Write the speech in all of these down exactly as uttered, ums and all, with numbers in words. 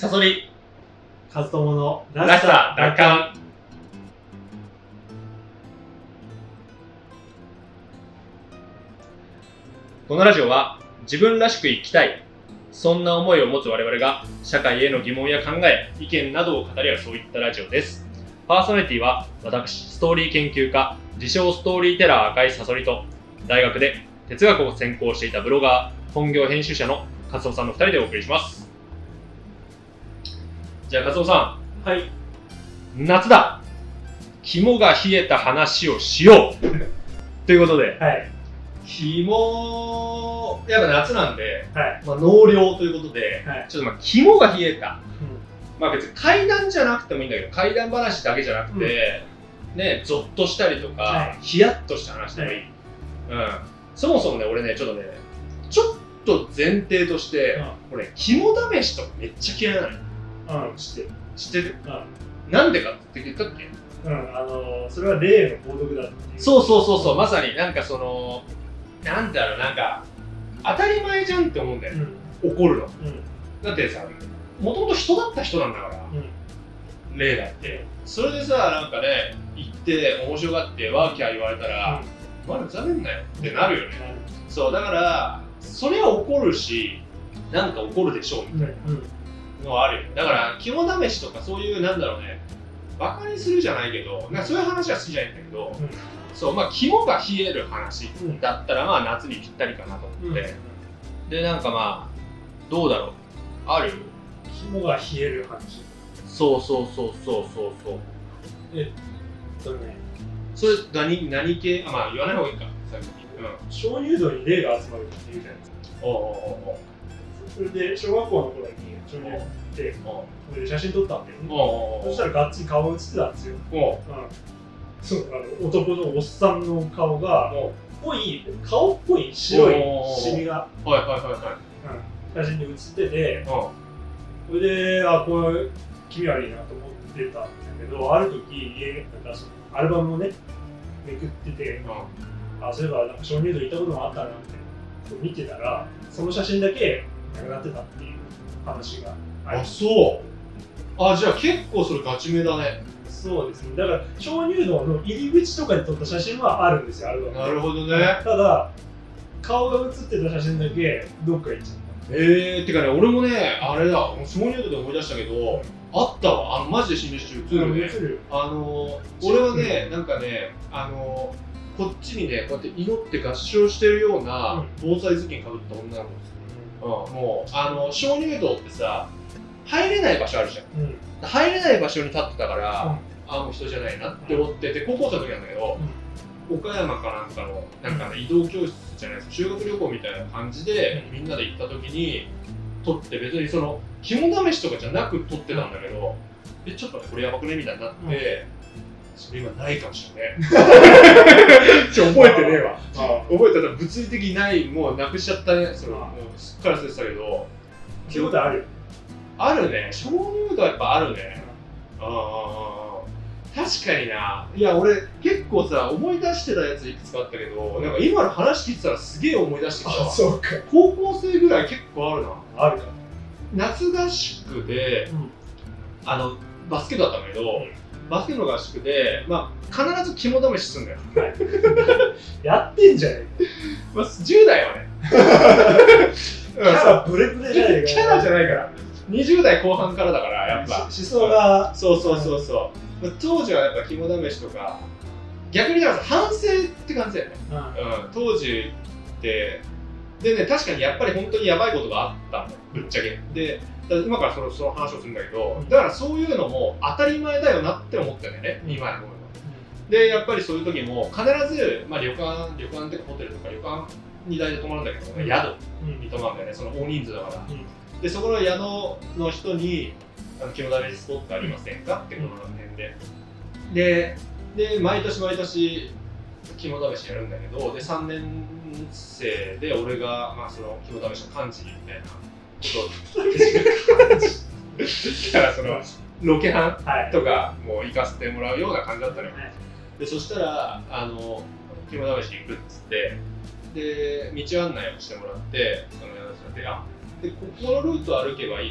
サソリカズトモのらしさ奪還。このラジオは自分らしく生きたい、そんな思いを持つ我々が社会への疑問や考え、意見などを語り合う、そういったラジオです。パーソナリティは私、ストーリー研究家、自称ストーリーテラー赤いサソリと、大学で哲学を専攻していたブロガー、本業編集者のカツオさんのふたりでお送りします。じゃあカツオさん、はい、 夏だ、肝が冷えた話をしようということで、 はい、 肝、やっぱ夏なんで、 はい、 まあ、納涼ということで、はい、ちょっとまあ肝が冷えた、うん、まあ別に怪談じゃなくてもいいんだけど、怪談話だけじゃなくて、うん、ね、ゾッとしたりとか、はい、ヒヤッとした話でもいい、はい、うん、そもそもね、俺ね、ちょっとね、ちょっと前提として、うん、俺、肝試しとかめっちゃ嫌いなのよ。 うん、知ってる。 知ってる？うん。なんでかって言ったっけ？ うん、あのー、それは例の法則だっていう。 そうそうそうそう、まさになんかその、なんだろう、なんか、当たり前じゃんって思うんだよ、うん、怒るの。うん、だってさ、もともと人だった人なんだから、うん、例だって。それでさ、なんかね、言って面白がってワーキャー言われたら、うん、まだざめんなよってなるよね。うん、そう、だから、それは怒るし、なんか怒るでしょうみたいな。うんうんのはあるよ。だから肝試しとかそういうなんだろうね、バカにするじゃないけど、なんかそういう話は好きじゃないんだけど、うん、そうまあ肝が冷える話だったらまあ夏にぴったりかなと思って、うん、でなんかまあどうだろう、ある？ 肝が冷える話。 そうそうそうそうそうそう。 えっとね、 それ何何系？あまあ言わない方がいいか最初に。 うん。鍾乳洞に霊が集まるっていうじゃないですか。 おおおお。 それで小学校の頃に鍾乳洞行って、それで写真撮ったんだよね。そしたらがっつり顔が写ってたんですよ。うん、そうあの男のおっさんの顔がぽい顔っぽい白いシミが、 はいはいはいはい、 うん、写真に写ってて、それであこれ気味悪いなと思ってたんだけど、ある時家なんかそのアルバムをねめくってて、うん、あそういえばなんか鍾乳洞行ったこともあったなって見てたら、その写真だけなくなってたっていう話があります。 あ、そう。あ、じゃあ結構それガチめだね。 そうですね。だから鍾乳洞の入り口とかに撮った写真はあるんですよ、アルバム。 なるほどね。 ただ顔が写ってた写真だけどっか行っちゃった。 えー、てかね、俺もね、あれだ、鍾乳洞で思い出したけど、あったわ。あのマジで死んでる映るね。映る。あの俺はね、なんかね、あのこっちにね、こうやって祈って合唱してるような防災頭巾かぶった女の子です。うん、もうあの鍾乳洞ってさ、入れない場所あるじゃん、うん、入れない場所に立ってたから、うん、あもう人じゃないなって思ってて、高校生の時なんだけど、うん、岡山かなんかのなんか、ね、移動教室じゃないですか、修学旅行みたいな感じで、うん、みんなで行った時に撮って、別にその肝試しとかじゃなく撮ってたんだけど、えちょっとねこれやばくねみたいになって、うん、それ今ないかもしれないちょ覚えてねえわ覚えてたら物理的にない、もうなくしちゃったね、それもうすっかり忘れてたけど。 聞いたことある？ あるね、鍾乳洞はやっぱあるね、うん、あ確かにな。いや俺結構さ思い出してたやついくつかあったけど、なんか今の話聞いてたらすげえ思い出してきた。 あ、そうか。 高校生ぐらい結構あるな。 あるか。 夏合宿で、うん、あのバスケットだったんだけど、うん、バスケの合宿で、まあ、必ず肝試しするんだよやってんじゃねえか、 まあ、じゅう代はねキャラブレブレじゃないか、 キャラじゃないから、にじゅう代後半からだからやっぱ思想が、 そうそうそうそう、うん、当時はやっぱ肝試しとか逆にだから反省って感じだよね、うんうん、当時ってでね、確かにやっぱり本当にやばいことがあったんだよ、ぶっちゃけで、今からその、その話をするんだけど、だからそういうのも当たり前だよなって思ったんだよね、今や思えば。で、やっぱりそういう時も必ず、まあ、旅館、旅館っていうかホテルとか旅館に大体泊まるんだけど、ね、宿に泊まるんだよね、その大人数だから。で、そこの宿の人に、あの肝試しスポットありませんかってことの辺で。で、で毎年毎年肝試しやるんだけど、で、さんねん生で俺が、まあ、その肝試しの幹事みたいな。だからそのロケハンとかも行かせてもらうような感じだったのよ、はい、でそしたらあの肝試し行くっつってで道案内をしてもらって、その宿さんで、あでここのルート歩けばいいと思うよみ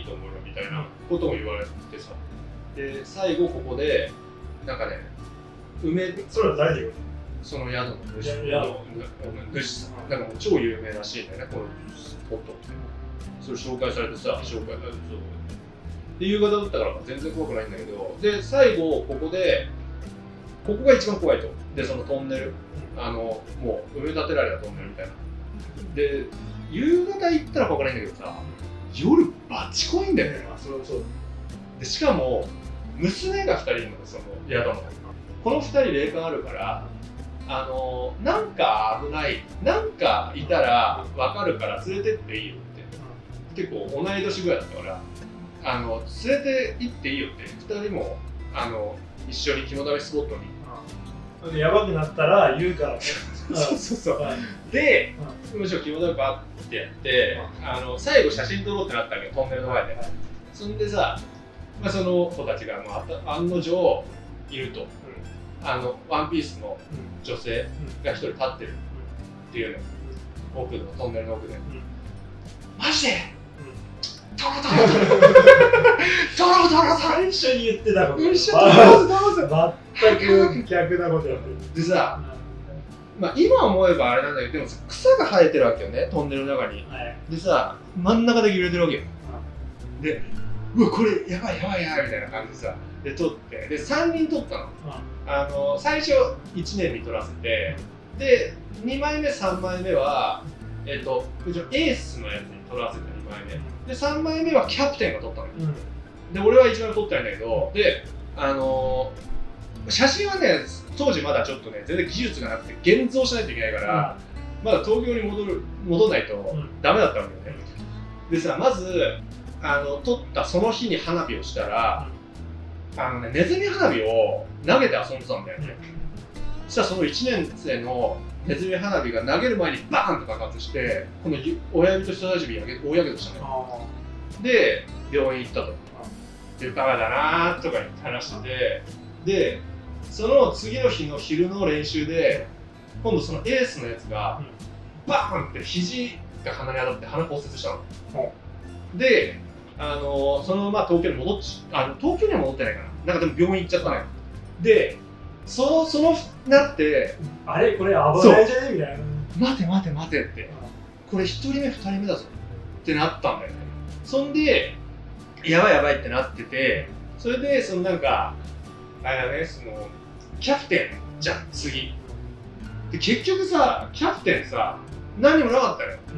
みたいなことも言われてさ、で最後ここでなんかね梅それは誰で言うその宿の主いやの主さんなんかもう超有名らしいんだよねこのスポットってそれ紹介されてさ紹介そうで夕方だったから全然怖くないんだけどで最後ここでここが一番怖いとでそのトンネルあのもう埋め立てられたトンネルみたいなで夕方行ったら怖くないんだけどさ夜バチ怖いんだよねあそうそうでしかも娘がふたりいるのその宿のこのふたり霊感あるからあのなんか危ないなんかいたら分かるから連れてっていいよって結構同い年ぐらいだったからあの連れて行っていいよってふたりもあの一緒に肝試しスポットにでやばくなったら言うからねそうそうそうでむしろ肝試しバッてやってあの最後写真撮ろうってなったわけどトンネルの前でそんでさ、まあ、その子たちが、まあ、案の定いると、うん、あのワンピースの女性が一人立ってるっていうの奥のトンネルの奥で、うん、マジでトロトロトロトロトロ最初に言ってたこと一緒だ全く逆なことやってるでさ、まあ、今思えばあれなんだけどでも草が生えてるわけよねトンネルの中に、はい、でさ真ん中だけ揺れてるわけよ、うん、でうわこれやばいやばいやばいみたいな感じでさで撮ってでさんにん撮ったの、うん、あの最初いちねんに撮らせてでにまいめさんまいめはえっとうちのエースのやつに撮らせてにまいめでさんまいめはキャプテンが撮ったのよ、うん、で俺は一枚も撮ってないんだけどであのー、写真はね当時まだちょっとね全然技術がなくて現像しないといけないから、うん、まだ東京に戻る戻らないとダメだったわけよね、うん、でさまずあの撮ったその日に花火をしたら、うん、あのねネズミ花火を投げて遊んでたんだよね、うん、そしたらそのいちねん生のネズミ花火が投げる前にバーンと爆発してこの親指と人差し指大やけどしたのよで病院行ったとでバカだなーとか言って話しててでその次の日の昼の練習で今度そのエースのやつがバーンって肘が鼻に当たって鼻骨折したの、うん、であのそのまま東京に戻っちあの東京には戻ってないかななんかでも病院行っちゃったのよでそのそのなってあれこれ危ないじゃねみたいな待て待て待てって、うん、これひとりめふたりめだぞってなったんだよねそんでやばいやばいってなっててそれでそのなんかあれだねそのキャプテンじゃん次で結局さキャプテンさ何にもなかったよ、うん、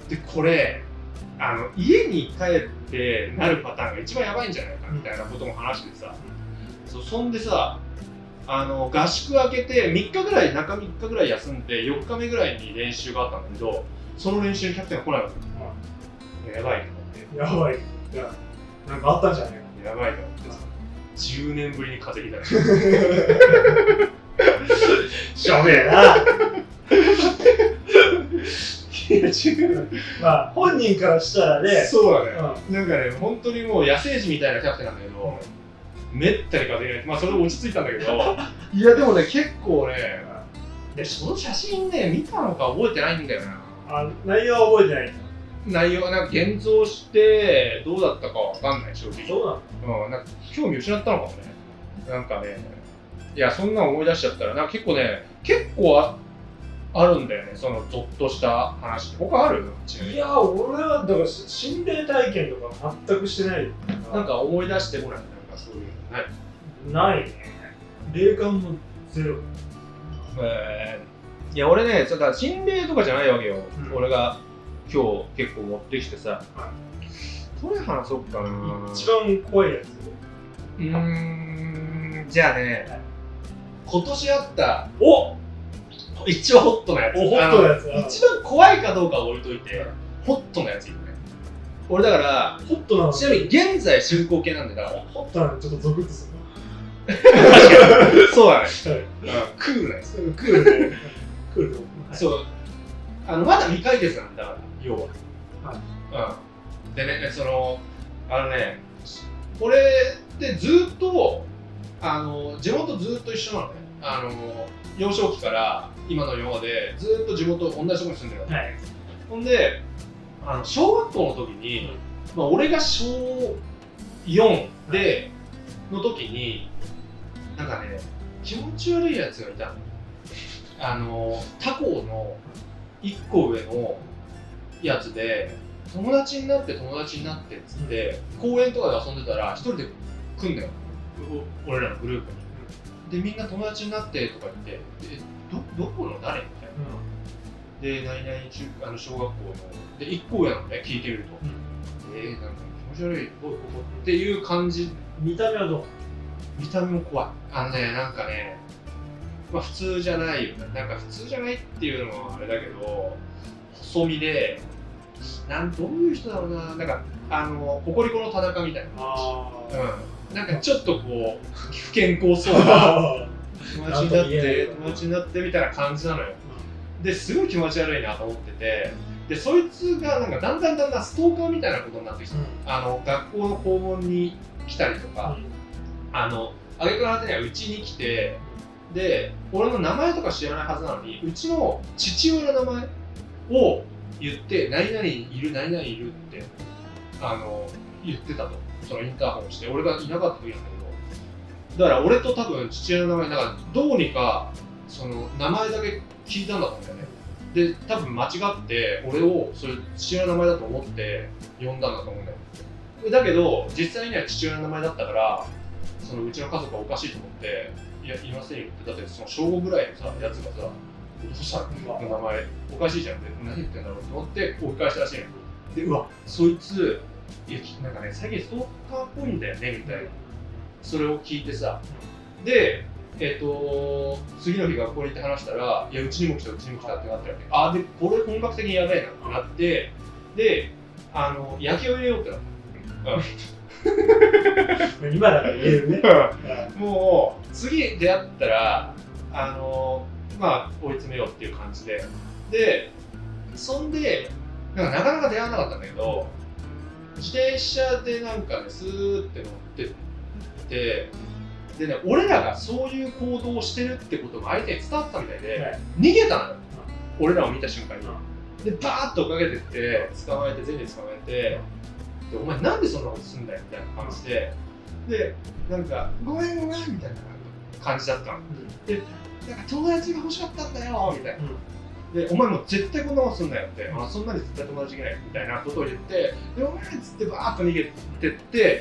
でこれあの家に帰ってなるパターンが一番やばいんじゃないかみたいなことも話してさ、うん、そ, そんでさあの合宿明けてみっかぐらい中みっかぐらい休んでよっかめぐらいに練習があったんだけどその練習にキャプテンが来ないわけ、うん、やばいと思ってやばいいやなんかあったんじゃないかやばいと思ってさじゅうねんぶりに風邪ひいたしょべえなまあ本人からしたらねそうだね、うん、なんかね本当にもう野生児みたいなキャプテンなんだけど、うん、めったに風邪ひいないまあそれで落ち着いたんだけどいやでもね結構ねでその写真ね見たのか覚えてないんだよなあ内容は覚えてないんだ内容はなんか現像してどうだったかわかんない正直そうなの、うん、なんか興味失ったのかもねなんかねいやそんなの思い出しちゃったらなんか結構ね結構 あ, あるんだよねそのゾッとした話って他あるいや俺はだから心霊体験とか全くしてないなんか思い出してこないなんかそういうのないないね霊感もゼロえー、いや俺ねだから心霊とかじゃないわけよ、うん、俺が今日結構持ってきてさ、はい、どれ話そうかな一番怖いやつうーんじゃあね、はい、今年あったお一番ホットなやつおホットなやつ一番怖いかどうかは置いといて、はい、ホットなやついるね俺だからホットなのちなみに現在進行形なんでだからホットなのちょっとゾクッとするそうだね、はいうん、クールなやつクールでクールで、はい、そうあのまだ未解決なんだから要は、はいうん、でねそのあのねこれってずっとあの地元ずっと一緒なのねあの幼少期から今の今までずっと地元同じところに住んでるわけ、はい、ほんであの小学校の時に、うんまあ、俺が小よんでの時になんかね気持ち悪いやつがいたの。あの他校のいっこ上のやつで友達になって友達になってっつって、うん、公園とかで遊んでたら一人で来んだよ俺らのグループに。でみんな友達になってとか言ってえ ど, どこの誰みたいな、うん、で何々中あの小学校のでいっこ上なのね聞いてみると、うん、えー、なんか気持ち悪いっていう感じ。 見た目はどう？ 見た目も怖い。あのねなんかねまあ普通じゃないよね。なんか普通じゃないっていうのはあれだけど細身でなんどういう人だろうな。なんかあのココリコの田中みたいな。あうん。なんかちょっとこう不健康そうな友達になって友達になってみたいな感じなのよ。ですごい気持ち悪いなと思ってて、でそいつがなんかだんだんだんだんストーカーみたいなことになってきた、うん、あの学校の校門に来たりとか、うん、あの挙句の果てにはうちに来て、で俺の名前とか知らないはずなのにうちの父親の名前を言って何々いる何々いるってあの言ってたと。そのインターホンをして俺がいなかった時なんだけど、だから俺と多分父親の名前なんかどうにかその名前だけ聞いたんだと思うんだよね。で多分間違って俺をそれ父親の名前だと思って呼んだんだと思うんだよ。だけど実際には父親の名前だったからそのうちの家族はおかしいと思っていやいませんよって。だってその小ごぐらいのさやつがさお父さんの名前おかしいじゃんって何言ってんだろうと思って追い返したらしいの。でうわそいついやなんかね最近ストーカーっぽいんだよねみたいなそれを聞いてさ、でえっ、ー、と次の日学校に行って話したらいやうちにも来たうちにも来たってなったわけ。あでこれ本格的にやべえなってなって、であの焼きを入れようってなった、うん、 今だから言えるねもう次出会ったらあのまあ追い詰めようっていう感じで、でそんでなんかなかなか出会わなかったんだけど自転車でなんかねスーって乗ってってでね俺らがそういう行動をしてるってことが相手に伝わったみたいで、はい、逃げたのよ、うん、俺らを見た瞬間に、うん、でバーッと追っかけてって捕まえて全員で捕まえて、でお前なんでそんなことすんだよみたいな感じで、でなんかごめんごめんみたいな感じだったの、うん、でなんか友達が欲しかったんだよみたいな、うんでお前もう絶対こんなことすんなよって、あそんなに絶対友達いけないみたいなことを言って、でお前っつってバーッと逃げてって、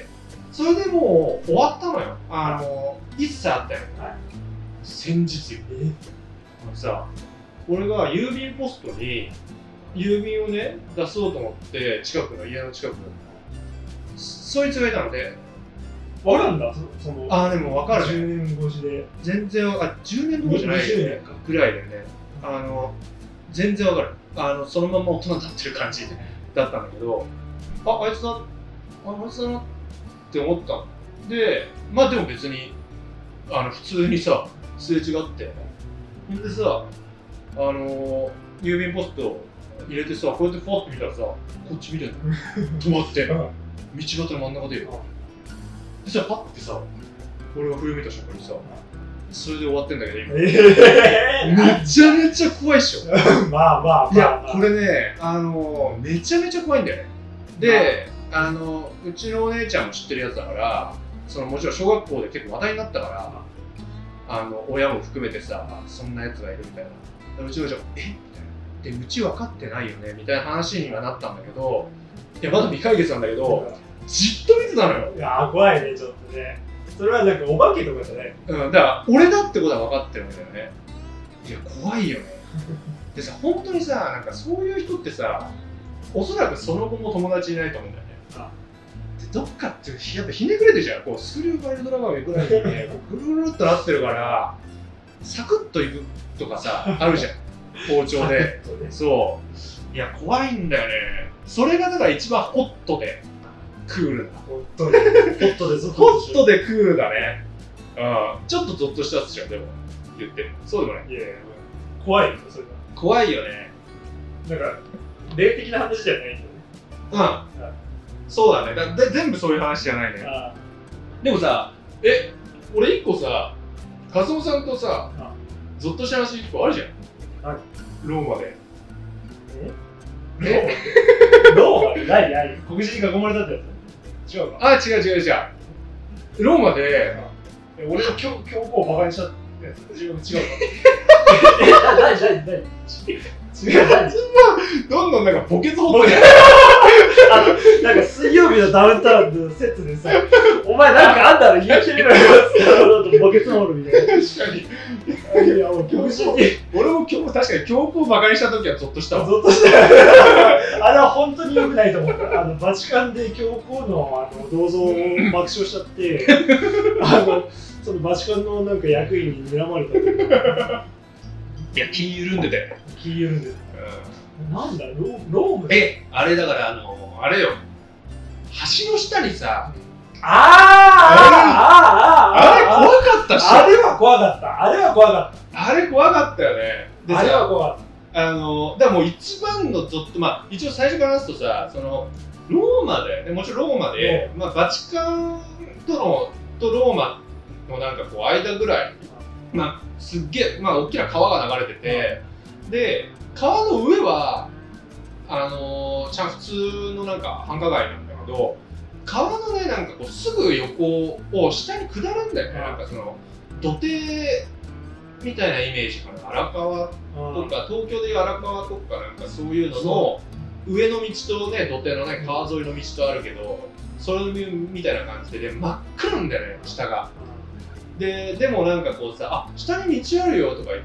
それでもう終わったのよ。あの一切あったよ、はい、先日よ。えあのさ俺が郵便ポストに郵便をね出そうと思って近くの家の近くそいつがいたので分かるんだそのあでも分かるね。 じゅうねん越しで全然あじゅうねんどころじゃないよねぐらいだよね。あの全然わかる。あのそのまま大人になってる感じだったんだけど、あ、あいつだ、あ、あいつだなって思ったの。で、まあでも別にあの普通にさ、すれ違って、でさ、あの郵便ポスト入れてさ、こうやってファッと見たらさ、こっち見てんの。止まって、道端の真ん中でよ。でさ、パッてさ、俺が振り向いた瞬間にさ、それで終わってんだけど今、えー、めちゃめちゃ怖いっしょまあまあまあ、まあ、 いやこれねあのめちゃめちゃ怖いんだよね。で、まあ、あのうちのお姉ちゃんも知ってるやつだからそのもちろん小学校で結構話題になったからあの親も含めてさそんなやつがいるみたいな。うちのお姉ちゃんえみたいなでうち分かってないよねみたいな話にはなったんだけど、いやまだ未解決なんだけどじっと見てたのよ。 いや怖いねちょっとね。それはなんかお化けとかじゃない？ うん、だから俺だってことは分かってるんだよね。いや怖いよね。でさ本当にさなんかそういう人ってさおそらくその後も友達いないと思うんだよね。あでどっかってやっぱひねくれてるじゃん。こうスクリューバイルドラガーぐらいにねこうぐるぐるっとなってるからサクッといくとかさあるじゃん包丁で、ね、そういや怖いんだよね。それがだから一番ホットでクールな。 ホットで、ホットでゾッとホットでクールだね。うん。ちょっとゾッとしたやつじゃん、でも。言って。そうでもない。 いやいや、怖いよ、それは。 怖いよね。 なんか、霊的な話じゃないんだよね。 うん。はい、そうだねだで。全部そういう話じゃないね。あでもさ、え、俺一個さ、カズオさんとさ、あゾッとした話一個あるじゃん。はい。ローマで。 ええローマで何何黒人に囲まれたってやつ違うかあ、違う違う違う。ローマで、 俺の教教皇をバカにしたやつ、違う違うかえ、な、なになになに違う、何どんどんなんか墓穴掘ってる。 あの、なんか水曜日のダウンタウンのセットでさ、お前なんかあんだろ、言ってみろよって墓穴掘るみたいな。 確かに。いや、もう教皇、俺も今日確かに教皇をバカにした時はゾッとしたわ。 ゾッとした。あれは本当に良くないと思った。あのバチカンで教皇のあの銅像を爆笑しちゃって、あのそのバチカンのなんか役員に睨まれたと。 いや、気緩んでて。 気緩んでた。うん、なんだロー、ロームえ、あれだからあのあれよ。橋の下にさ。 あーあーあーあーあれ怖かったし。 あれは怖かった。あれは怖かった。 あれ怖かったよね。 であれは怖かった。 あのだからもう一番のゾッと、まあ一応最初から話すとさ、そのローマだよね。もちろんローマで、まあバチカンとのとローマのなんかこう間ぐらい、まあすっげえまあ大きな川が流れてて、うん、で川の上はあのちゃん普通のなんか繁華街なんだけど。川のね、なんかこうすぐ横を下に下るんだよね、なんかその土手みたいなイメージかな、荒川とか、東京でいう荒川とか、なんかそういうのの上の道とね、土手のね、川沿いの道とあるけど、それみたいな感じで、ね、真っ暗なんだよね、下が。で、でもなんかこうさ、あ、下に道あるよとか言って、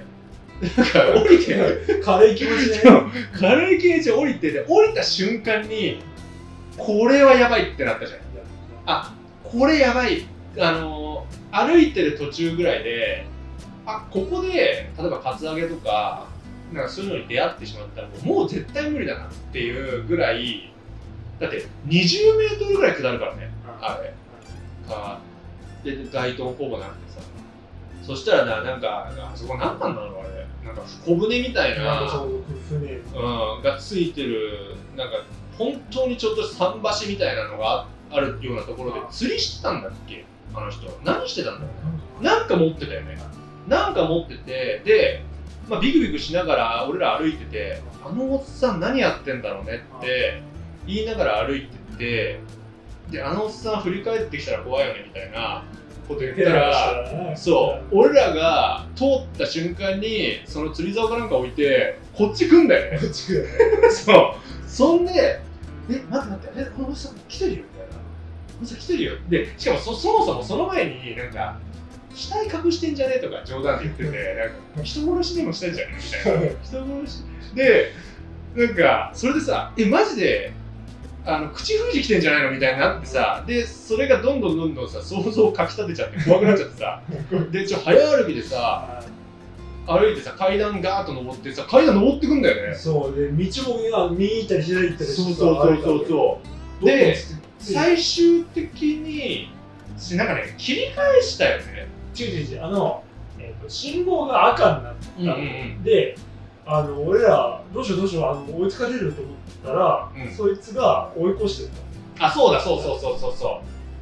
なんか降りて、 軽い気持ちで、 軽い気持ちで降りて、で降りた瞬間に、これはやばいってなったじゃん。あ、これやばい。あのー、歩いてる途中ぐらいで、あ、ここで例えばカツアゲとか、なんかそういうのに出会ってしまったらもう絶対無理だなっていうぐらい、だってにじゅうメートルぐらい下るからね、あれ。かで街灯ほぼなくてさ、そしたらな、なんかあそこ何なんだろうあれ、なんか小舟みたいな、 船、 うん、がついてるなんか。本当にちょっとした桟橋みたいなのがあるようなところで釣りしてたんだっけ、あの人。何してたんだろうな。なんか持ってたよね。なんか持ってて、で、まあ、ビクビクしながら俺ら歩いてて、あのおっさん何やってんだろうねって言いながら歩いてて、で、あのおっさん振り返ってきたら怖いよねみたいなこと言ったら、そう、俺らが通った瞬間にその釣り竿かなんか置いて、こっち来んだよね。こっち来るよね。そう。そんで、え、待って待って、え、このおっさん来てるよみたいな。このおっさん来てるよ。で、しかも そ, そもそもその前になんか、死体隠してんじゃねえとか冗談で言ってて、なんか、人殺しでもしたんじゃねえみたいな。人殺し。で、なんか、それでさ、え、マジで、あの口封じ来てんじゃないのみたいになってさ、で、それがどんどんどんどんさ、想像をかきたてちゃって怖くなっちゃってさ、で、ちょ、早歩きでさ、歩いてさ、階段ガーッと登ってさ、階段登ってくんだよね。 そうで、道も今右行ったり左行ったりして、 そうそうそうそうそうで、最終的になんかね、切り返したよね。 違う違う違う、あの、えー、と信号が赤になったの、うんうん、で、あの俺らどうしようどうしよう、あの追いつかれると思ったら、うん、そいつが追い越してた。あ、そうだそうそうそうそうそう。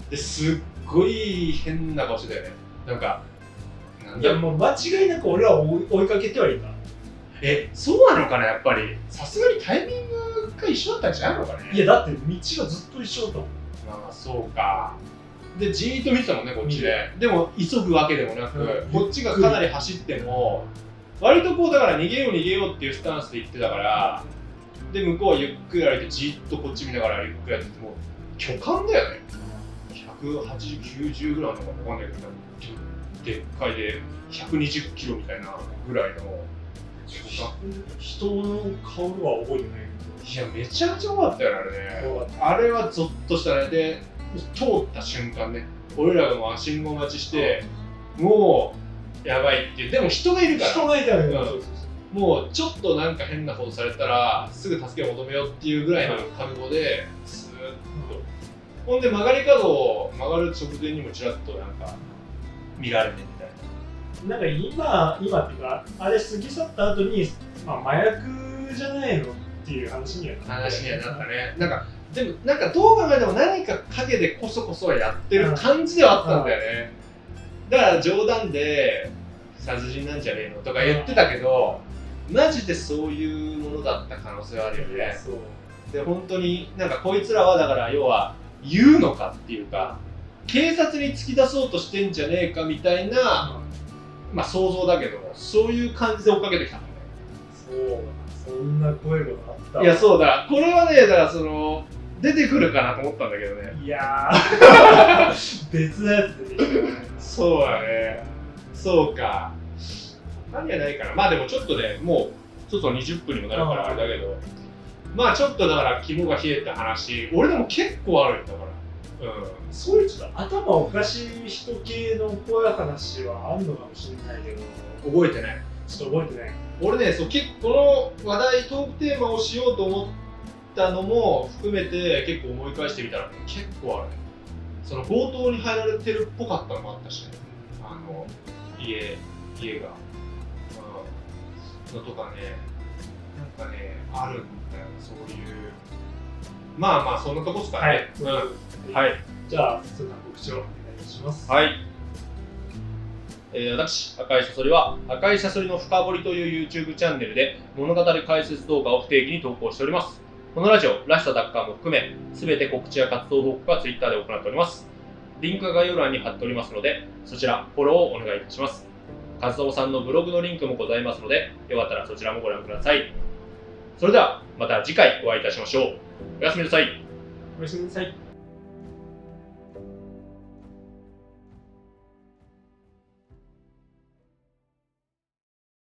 ですっごい変な顔してたよね。なんか。 いやもう間違いなく俺らを追いかけてはいた。 え、そうなのかな、やっぱり。さすがにタイミングが一緒だったんじゃないのかね。 いやだって道がずっと一緒だったもん。 まあそうか。で、じーっと見てたもんね、こっちで。でも急ぐわけでもなく、うん、こっちがかなり走っても、割とこうだから逃げよう逃げようっていうスタンスで行ってたから、で、向こうはゆっくり歩いてじーっとこっち見ながらゆっくり歩いてて、もう巨漢だよね。ひゃくはちじゅう、きゅうじゅうぐらいのかわかんないけど、でっかいでひゃくにじゅっキロみたいなぐらいの人の顔は覚えてないけど、いやめちゃめちゃ怖かったよね、あれね。あれはゾッとしたね。で、通った瞬間ね、俺らがもう信号待ちして、もうやばいっていう、でも人がいるから、 人がいたよね、 うん、もうちょっとなんか変なことされたらすぐ助けを求めようっていうぐらいの覚悟でスーッと、うん、ほんで曲がり角を曲がる直前にもちらっとなんか見られてみたいな。なんか今、今っていうか、あれ過ぎ去った後に、まあ、麻薬じゃないのっていう話にはなった話にはなったね。なんかでもなんかどう考えても何か陰でこそこそやってる感じではあったんだよね。だから冗談で殺人なんじゃねえのとか言ってたけど、マジでそういうものだった可能性はあるよね。そうで本当になんかこいつらはだから要は言うのかっていうか、警察に突き出そうとしてんじゃねえかみたいな、まあ想像だけど、そういう感じで追っかけてきたもんね。 そう、そんな声があったわ。 いや、そうだ、これはね、だからその、出てくるかなと思ったんだけどね。 いやー、別のやつ出てきたね。 そうだね。そうか。他にはないかな。まあでもちょっとね、もう、ちょっとにじゅっぷんにもなるからあれだけど、まあちょっとだから肝が冷えた話、俺でも結構あるんだから。うん。 そういうちょっと頭おかしい人系の怖い話はあるのかもしれないけど、 覚えてない。 ちょっと覚えてない。 俺ね、そう結構この話題、トークテーマをしようと思ったのも含めて結構思い返してみたら、ね、結構あるね。その強盗に入られてるっぽかったのもあったしね。あの、家、家が。うん。のとかね、なんかね、あるんだよ、そういう。まあまあ、そんなとこっすかね。 はい。 うん。はい。 じゃあ、そんな告知をお願いします。 はい。えー、私、赤いサソリは、赤いサソリの深掘りという YouTube チャンネルで物語解説動画を不定期に投稿しております。このラジオ、らしさ奪還も含め、すべて告知や活動報告は Twitter で行っております。リンクが概要欄に貼っておりますので、そちら、フォローをお願いいたします。カズオさんのブログのリンクもございますので、よかったらそちらもご覧ください。それでは、また次回お会いいたしましょう。おやすみなさい。 おやすみなさい。